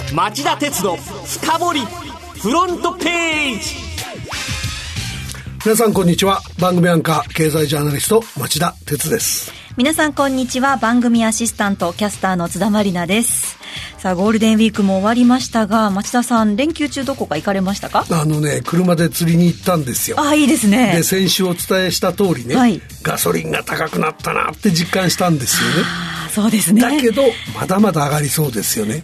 町田鉄の深掘りフロントページ。 皆さんこんにちは。番組アンカー経済ジャーナリスト町田鉄です。 皆さんこんにちは。番組アシスタントキャスターの津田まりなです。さあゴールデンウィークも終わりましたが、町田さん連休中どこか行かれましたか？ 車で釣りに行ったんですよ。 いいですね。 で先週お伝えした通りね、はい、ガソリンが高くなったなって実感したんですよね。 そうですね。 だけどまだまだ上がりそうですよね。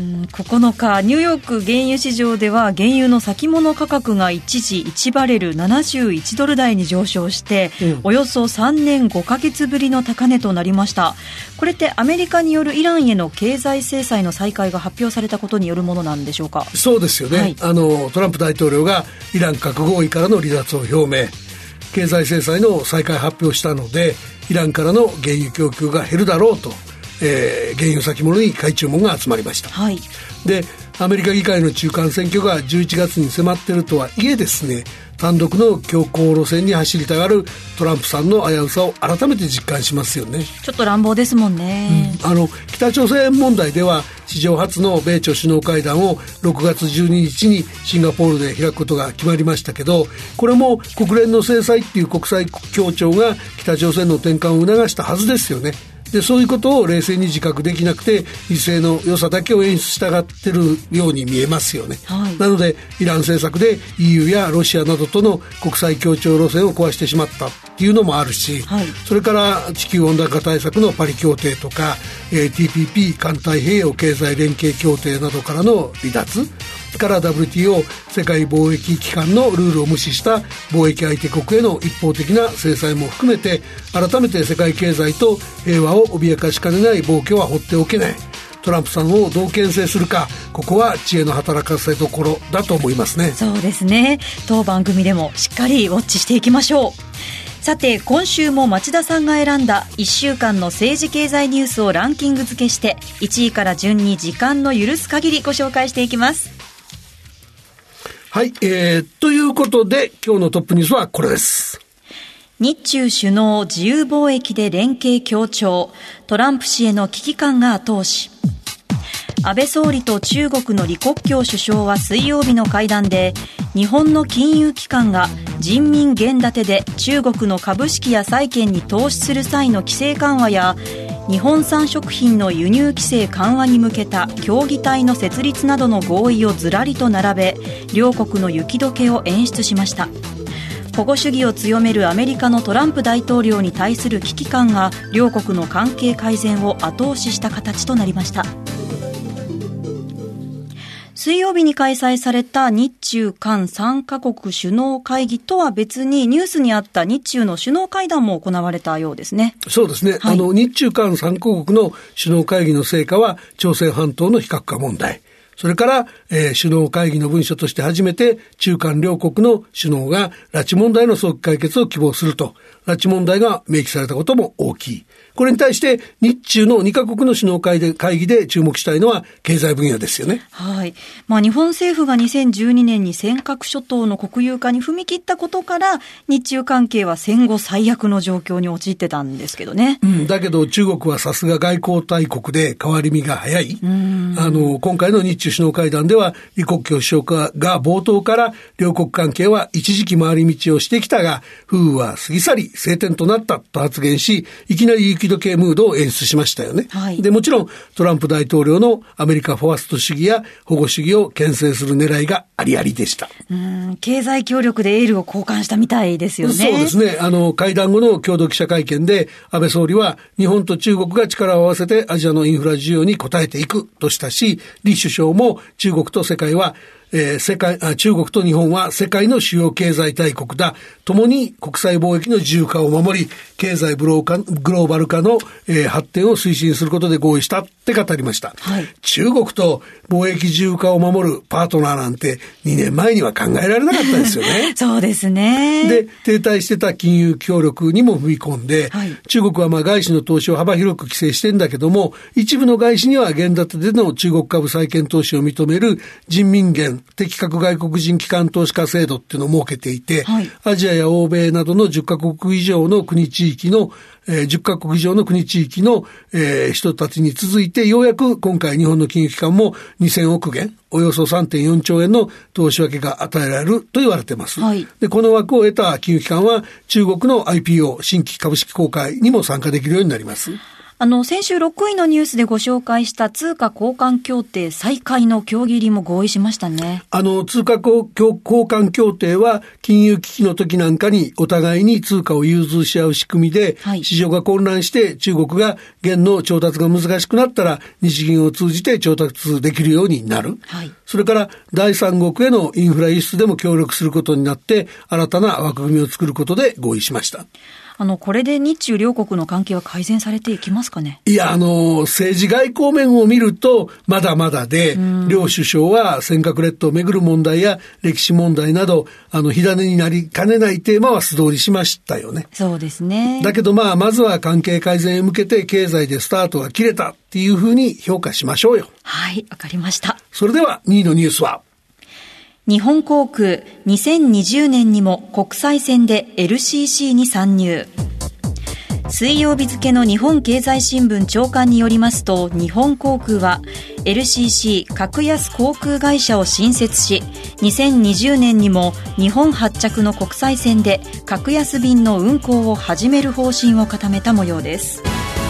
9日ニューヨーク原油市場では原油の先物価格が一時1バレル71ドル台に上昇して、およそ3年5ヶ月ぶりの高値となりました。これってアメリカによるイランへの経済制裁の再開が発表されたことによるものなんでしょうか？ そうですよね、はい、トランプ大統領がイラン核合意からの離脱を表明、経済制裁の再開発表したのでイランからの原油供給が減るだろうと、原油先物に買い注文が集まりました、はい、でアメリカ議会の中間選挙が11月に迫っているとはいえですね、単独の強硬路線に走りたがるトランプさんの危うさを改めて実感しますよね。 ちょっと乱暴ですもんね、 北朝鮮問題では史上初の米朝首脳会談を6月12日にシンガポールで開くことが決まりましたけど、これも国連の制裁っていう国際協調が北朝鮮の転換を促したはずですよね。でそういうことを冷静に自覚できなくて異性の良さだけを演出したがってるように見えますよね、はい、なのでイラン政策で EU やロシアなどとの国際協調路線を壊してしまったっていうのもあるし、はい、それから地球温暖化対策のパリ協定とか、TPP 環太平洋経済連携協定などからの離脱から WTO 世界貿易機関のルールを無視した貿易相手国への一方的な制裁も含めて改めて世界経済と平和を脅かしかねない暴挙は放っておけない。トランプさんをどう牽制するか、ここは知恵の働かせどころだと思いますね。 そうですね。当番組でもしっかりウォッチしていきましょう。さて今週も町田さんが選んだ1週間の政治経済ニュースをランキング付けして1位から順に時間の許す限りご紹介していきます。 はい、ということで今日のトップニュースはこれです。 日中首脳自由貿易で連携強調、トランプ氏への危機感が後押し。安倍総理と中国の李克強首相は水曜日の会談で、日本の金融機関が人民元建てで中国の株式や債券に投資する際の規制緩和や、日本産食品の輸入規制緩和に向けた協議体の設立などの合意をずらりと並べ、両国の雪解けを演出しました。保護主義を強めるアメリカのトランプ大統領に対する危機感が両国の関係改善を後押しした形となりました。水曜日に開催された日中韓3カ国首脳会議とは別にニュースにあった日中の首脳会談も行われたようですね。 そうですね、はい、日中韓3カ国の首脳会議の成果は朝鮮半島の非核化問題、それから、首脳会議の文書として初めて中韓両国の首脳が拉致問題の早期解決を希望すると拉致問題が明記されたことも大きい。これに対して日中の2カ国の首脳会議で注目したいのは経済分野ですよね。 はい。日本政府が2012年に尖閣諸島の国有化に踏み切ったことから日中関係は戦後最悪の状況に陥ってたんですけどね。 だけど中国はさすが外交大国で変わり身が早い。今回の日中首脳会談では李克強首相が冒頭から両国関係は一時期回り道をしてきたが風雨は過ぎ去り晴天となったと発言し、いきなり雪解けムードを演出しましたよね、はい、でもちろんトランプ大統領のアメリカファースト主義や保護主義を牽制する狙いがありありでした。 経済協力でエールを交換したみたいですよね。 そうですね。会談後の共同記者会見で安倍総理は日本と中国が力を合わせてアジアのインフラ需要に応えていくとしたし、李首相も中国と世界は中国と日本は世界の主要経済大国だ。共に国際貿易の自由化を守り、経済グローバル化の、発展を推進することで合意したって語りました、はい、中国と貿易自由化を守るパートナーなんて2年前には考えられなかったですよね。 そうですね。 で、停滞してた金融協力にも踏み込んで、はい、中国は外資の投資を幅広く規制してんだけども、一部の外資には元建てでの中国株債券投資を認める人民元適格外国人機関投資家制度っていうのを設けていて、 はい、 アジアや欧米などの10カ国以上の国地域の10カ国以上の国地域の、人たちに続いて、ようやく今回日本の金融機関も2000億元、およそ 3.4 兆円の投資枠が与えられると言われています。 はい、 で、この枠を得た金融機関は中国の IPO 新規株式公開にも参加できるようになります。 先週6位のニュースでご紹介した通貨交換協定再開の協議入りも合意しましたね。 通貨交換協定は金融危機の時なんかにお互いに通貨を融通し合う仕組みで、はい、市場が混乱して中国が元の調達が難しくなったら日銀を通じて調達できるようになる。はい、それから第三国へのインフラ輸出でも協力することになって新たな枠組みを作ることで合意しました。 これで日中両国の関係は改善されていきますかね。 いや、政治外交面を見るとまだまだで、両首相は尖閣列島をめぐる問題や歴史問題など火種になりかねないテーマは素通りしましたよね。 そうですね。 だけどまずは関係改善へ向けて経済でスタートが切れたっていうふうに評価しましょうよ。 はい、わかりました。 それでは2位のニュースは、 日本航空2020年にも国際線で LCC に参入。水曜日付の日本経済新聞長官によりますと、日本航空は LCC 格安航空会社を新設し、2020年にも日本発着の国際線で格安便の運航を始める方針を固めた模様です。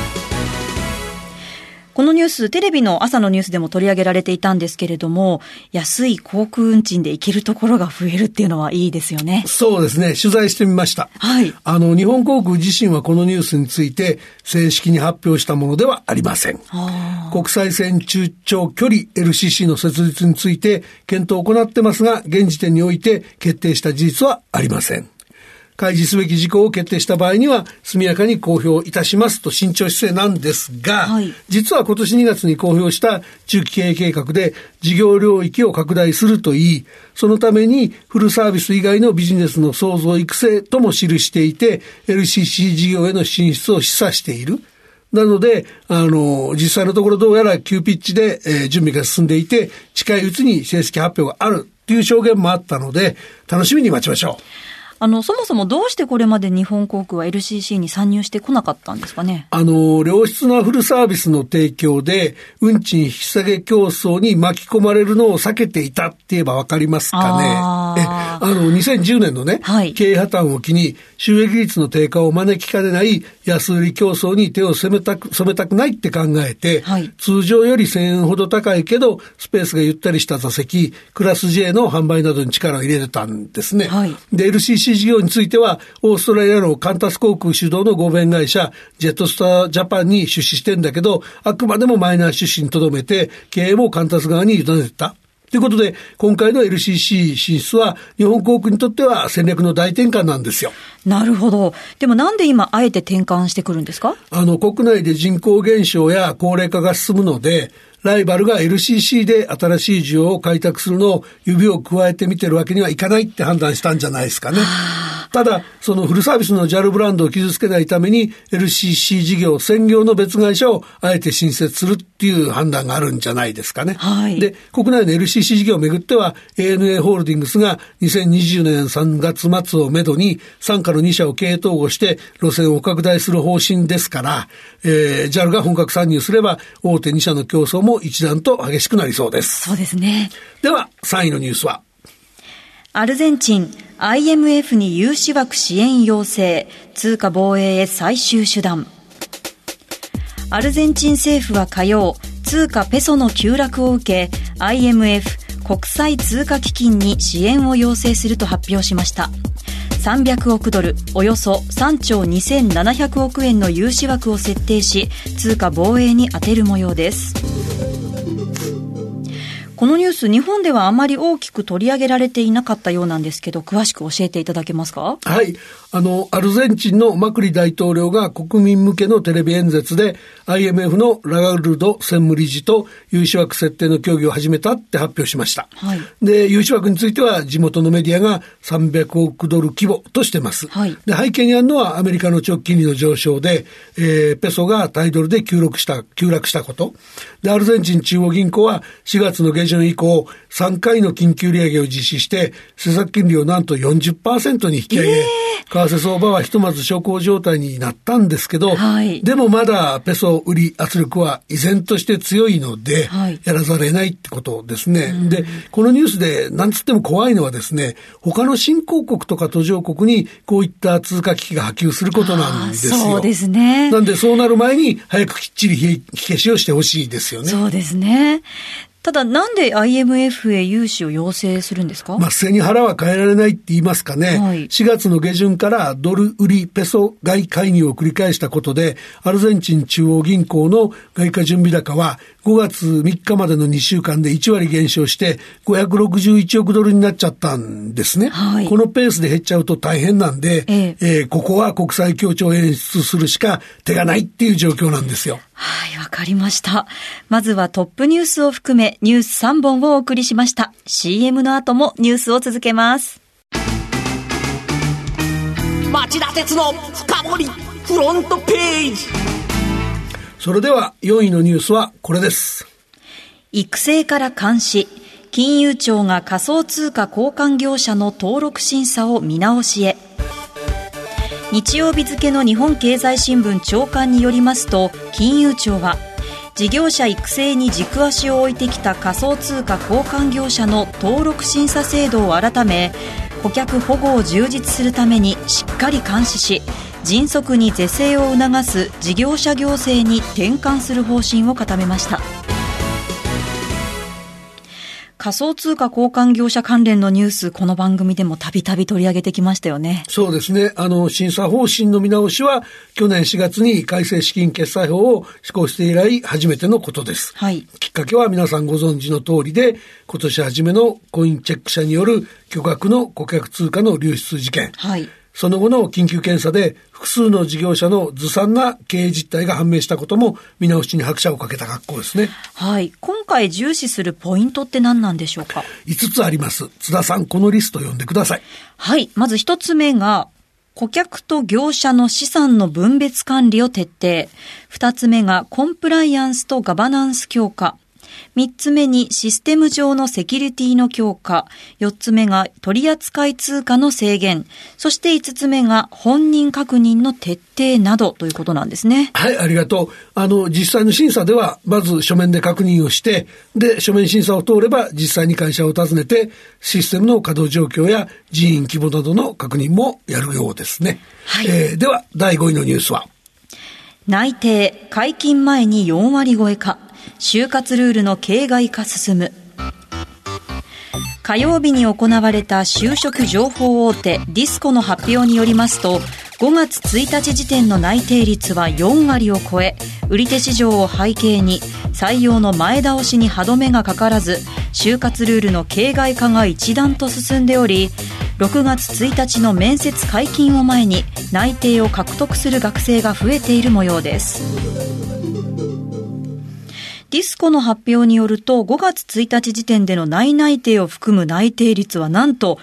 このニュース、テレビの朝のニュースでも取り上げられていたんですけれども、安い航空運賃で行けるところが増えるっていうのはいいですよね。 そうですね。取材してみました。 はい。 日本航空自身はこのニュースについて正式に発表したものではありません。国際線中長距離 LCC の設立について検討を行ってますが、現時点において決定した事実はありません。開示すべき事項を決定した場合には速やかに公表いたしますと慎重姿勢なんですが、はい、実は今年2月に公表した中期経営計画で事業領域を拡大するといい、そのためにフルサービス以外のビジネスの創造育成とも記していて LCC 事業への進出を示唆している。なので実際のところどうやら急ピッチで、準備が進んでいて近いうちに正式発表があるという証言もあったので楽しみに待ちましょう。 そもそもどうしてこれまで日本航空は LCC に参入してこなかったんですかね。 良質なフルサービスの提供で運賃引き下げ競争に巻き込まれるのを避けていたって言えばわかりますかね。2010年のね、はい、経営破綻を機に収益率の低下を招きかねない安売り競争に手を染めたくないって考えて、はい、通常より1000円ほど高いけどスペースがゆったりした座席クラス J の販売などに力を入れてたんですね。はい、で LCC事業についてはオーストラリアのカンタス航空主導の合弁会社ジェットスタージャパンに出資してんだけど、あくまでもマイナー出資にとどめて経営もカンタス側に委ねてたということで、今回の LCC 進出は日本航空にとっては戦略の大転換なんですよ。 なるほど。でもなんで今あえて転換してくるんですか？ 国内で人口減少や高齢化が進むので、ライバルが LCC で新しい需要を開拓するのを指を加えてみてるわけにはいかないって判断したんじゃないですかね。ただそのフルサービスの JAL ブランドを傷つけないために LCC 事業専業の別会社をあえて新設するっていう判断があるんじゃないですかね。はい、で国内の LCC 事業をめぐっては ANA ホールディングスが2020年3月末をめどに傘下の2社を経営統合して路線を拡大する方針ですから、JAL が本格参入すれば大手2社の競争も一段と激しくなりそうです。 そうですね。 では3位のニュースは、 アルゼンチン IMF に融資枠支援要請、通貨防衛へ最終手段。アルゼンチン政府は火曜、通貨ペソの急落を受け IMF 国際通貨基金に支援を要請すると発表しました。300億ドル、およそ3兆2700億円の融資枠を設定し、通貨防衛に充てる模様です。このニュース、日本ではあまり大きく取り上げられていなかったようなんですけど、詳しく教えていただけますか？ はい。 アルゼンチンのマクリ大統領が国民向けのテレビ演説で IMF のラガルド専務理事と融資枠設定の協議を始めたって発表しました。 はい、 で、融資枠については地元のメディアが300億ドル規模としてます。 はい、 で、背景にあるのはアメリカの長期金利の上昇で、ペソが対ドルで急落したこと。で、アルゼンチン中央銀行は4月の下旬以降、3回の緊急利上げを実施して、政策金利をなんと 40% に引き上げ、為替相場はひとまず小康状態になったんですけど、 はい、 でもまだペソ売り圧力は依然として強いので、 はい、 やらざるを得ないってことですね。で、このニュースでなんつっても怖いのはですね、他の新興国とか途上国にこういった通貨危機が波及することなんですよ。 そうですね。 なんでそうなる前に早くきっちり火消しをしてほしいですよね。 そうですね。ただなんで IMF へ融資を要請するんですか？ 背に腹は変えられないって言いますかね、 はい、 4月の下旬からドル売りペソ買い介入を繰り返したことで、アルゼンチン中央銀行の外貨準備高は5月3日までの2週間で1割減少して561億ドルになっちゃったんですね。 はい、 このペースで減っちゃうと大変なんで、ここは国際協調を演出するしか手がないっていう状況なんですよ。 はい、わかりました。まずはトップニュースを含めニュース3本をお送りしました。 CM の後もニュースを続けます。 町田鉄の深掘りフロントページ。 それでは4位のニュースはこれです。 育成から監視、金融庁が仮想通貨交換業者の登録審査を見直しへ。日曜日付の日本経済新聞朝刊によりますと、金融庁は事業者育成に軸足を置いてきた仮想通貨交換業者の登録審査制度を改め、顧客保護を充実するためにしっかり監視し、迅速に是正を促す事業者行政に転換する方針を固めました。仮想通貨交換業者関連のニュース、この番組でもたびたび取り上げてきましたよね。 そうですね。審査方針の見直しは去年4月に改正資金決済法を施行して以来初めてのことです。 はい、 きっかけは皆さんご存知の通りで、今年初めのコインチェック社による巨額の顧客通貨の流出事件。 はい、 その後の緊急検査で複数の事業者のずさんな経営実態が判明したことも見直しに拍車をかけた格好ですね。 はい、今回重視するポイントって何なんでしょうか？ 5 つあります。津田さん、このリスト読んでください。 はい、まず1つ目が顧客と業者の資産の分別管理を徹底。2つ目がコンプライアンスとガバナンス強化。3つ目にシステム上のセキュリティの強化。4つ目が取扱通貨の制限。そして5つ目が本人確認の徹底などということなんですね。 はい、ありがとう。実際の審査ではまず書面で確認をして、で書面審査を通れば実際に会社を訪ねてシステムの稼働状況や人員規模などの確認もやるようですね。はい、では第5位のニュースは、 内定解禁前に4割超えか、就活ルールの形骸化進む。火曜日に行われた就職情報大手ディスコの発表によりますと、5月1日時点の内定率は4割を超え、売り手市場を背景に採用の前倒しに歯止めがかからず、就活ルールの形骸化が一段と進んでおり、6月1日の面接解禁を前に内定を獲得する学生が増えている模様です。ディスコの発表によると、5月1日時点での内定を含む内定率はなんと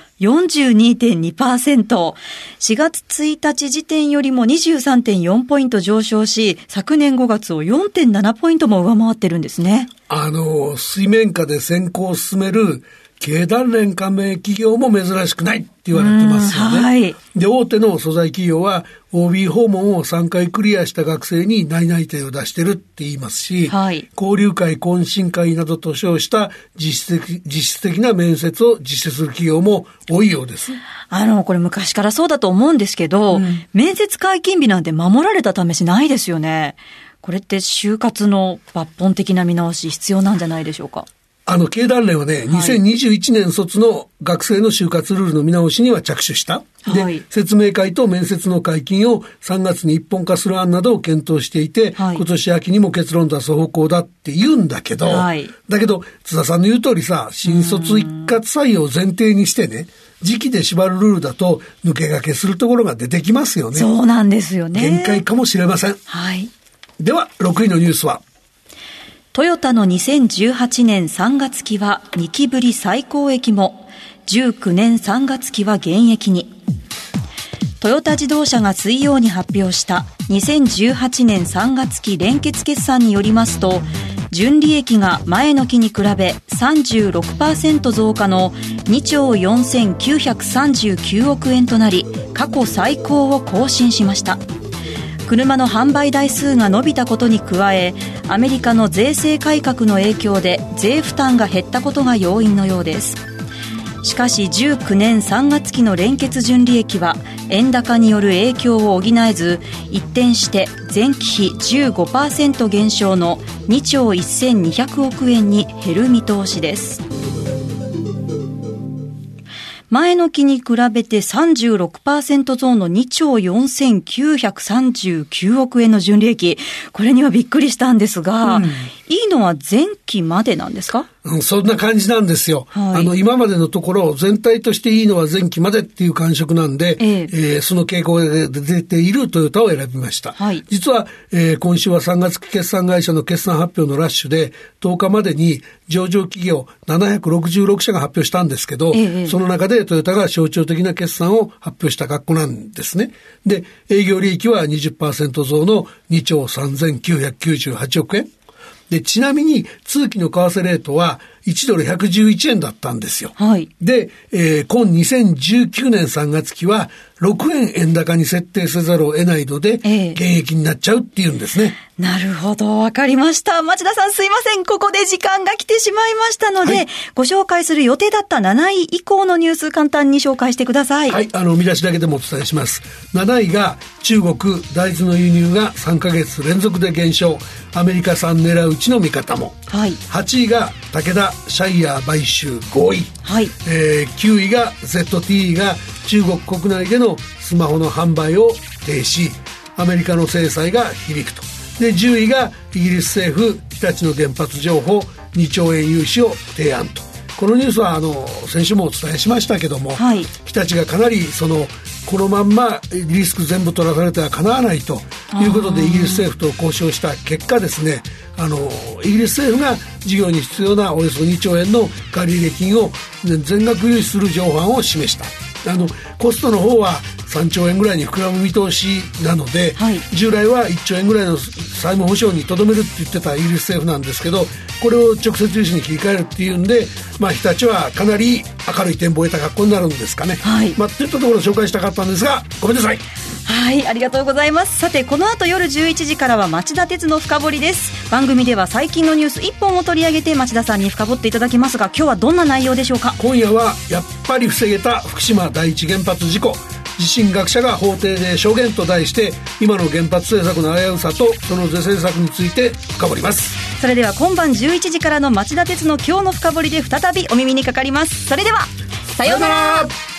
42.2%。4月1日時点よりも 23.4 ポイント上昇し、昨年5月を 4.7 ポイントも上回ってるんですね。 水面下で先行を進める経団連加盟企業も珍しくないって言われてますよね。はい、で、大手の素材企業は OB 訪問を3回クリアした学生に内定を出してるって言いますし、はい、交流会、懇親会などと称した実質的な面接を実施する企業も多いようです。 これ昔からそうだと思うんですけど、面接解禁日なんて守られた試しないですよね。これって就活の抜本的な見直し必要なんじゃないでしょうか？ 経団連はね、2021年卒の学生の就活ルールの見直しには着手した。で、はい、説明会と面接の解禁を3月に一本化する案などを検討していて、はい、今年秋にも結論出す方向だって言うんだけど、はい、だけど津田さんの言う通りさ、新卒一括採用を前提にしてね、 時期で縛るルールだと抜け駆けするところが出てきますよね。 そうなんですよね。 限界かもしれません。 はい。 では6位のニュースは、 トヨタの2018年3月期は2期ぶり最高益も、19年3月期は減益に。トヨタ自動車が水曜に発表した2018年3月期連結決算によりますと、純利益が前の期に比べ 36% 増加の2兆4939億円となり、過去最高を更新しました。車の販売台数が伸びたことに加え、アメリカの税制改革の影響で税負担が減ったことが要因のようです。しかし19年3月期の連結純利益は円高による影響を補えず、一転して前期比 15% 減少の2兆1200億円に減る見通しです。前の期に比べて 36% 増の2兆4939億円の純利益。これにはびっくりしたんですが、いいのは前期までなんですか？ そんな感じなんですよ。はい、今までのところ全体としていいのは前期までっていう感触なんで、その傾向で出ているトヨタを選びました。はい、実は、今週は3月期決算会社の決算発表のラッシュで10日までに上場企業766社が発表したんですけど、その中でトヨタが象徴的な決算を発表した格好なんですね。で、営業利益は 20% 増の2兆3998億円。で、ちなみに通期の為替レートは1ドル111円だったんですよ。はい、で、今2019年3月期は6円円高に設定せざるを得ないので、減益になっちゃうっていうんですね。 なるほど、わかりました。町田さん、すいません。ここで時間が来てしまいましたので、ご紹介する予定だった7位以降のニュース、簡単に紹介してください。 はい、見出しだけでもお伝えします。7位が中国大豆の輸入が3ヶ月連続で減少、アメリカ産狙ううちの見方も。はい、8位が武田シャイヤー買収合意。はい、9位が ZTE が中国国内でのスマホの販売を停止、アメリカの制裁が響くと。で、10位がイギリス政府日立の原発情報2兆円融資を提案と。このニュースは先週もお伝えしましたけども、はい、日立がかなりこのまんまリスク全部取らされてはかなわないということでイギリス政府と交渉した結果ですね、イギリス政府が事業に必要なおよそ2兆円の借入金を全額融資する条案を示した。コストの方は3兆円ぐらいに膨らむ見通しなので、はい、従来は1兆円ぐらいの債務保証にとどめるって言ってたイギリス政府なんですけど、これを直接融資に切り替えるっていうんで、日立はかなり明るい展望を得た格好になるんですかね。はい、といったところを紹介したかったんですが、ごめんなさい。 はい、ありがとうございます。さて、この後夜11時からは町田鉄の深掘りです。番組では最近のニュース1本を取り上げて町田さんに深掘っていただきますが、今日はどんな内容でしょうか？ 今夜はやっぱり防げた福島第一原発事故、地震学者が法廷で証言と題して、今の原発政策の危うさとその是正策について深掘ります。 それでは今晩11時からの町田鉄の今日の深掘りで再びお耳にかかります。それではさようなら。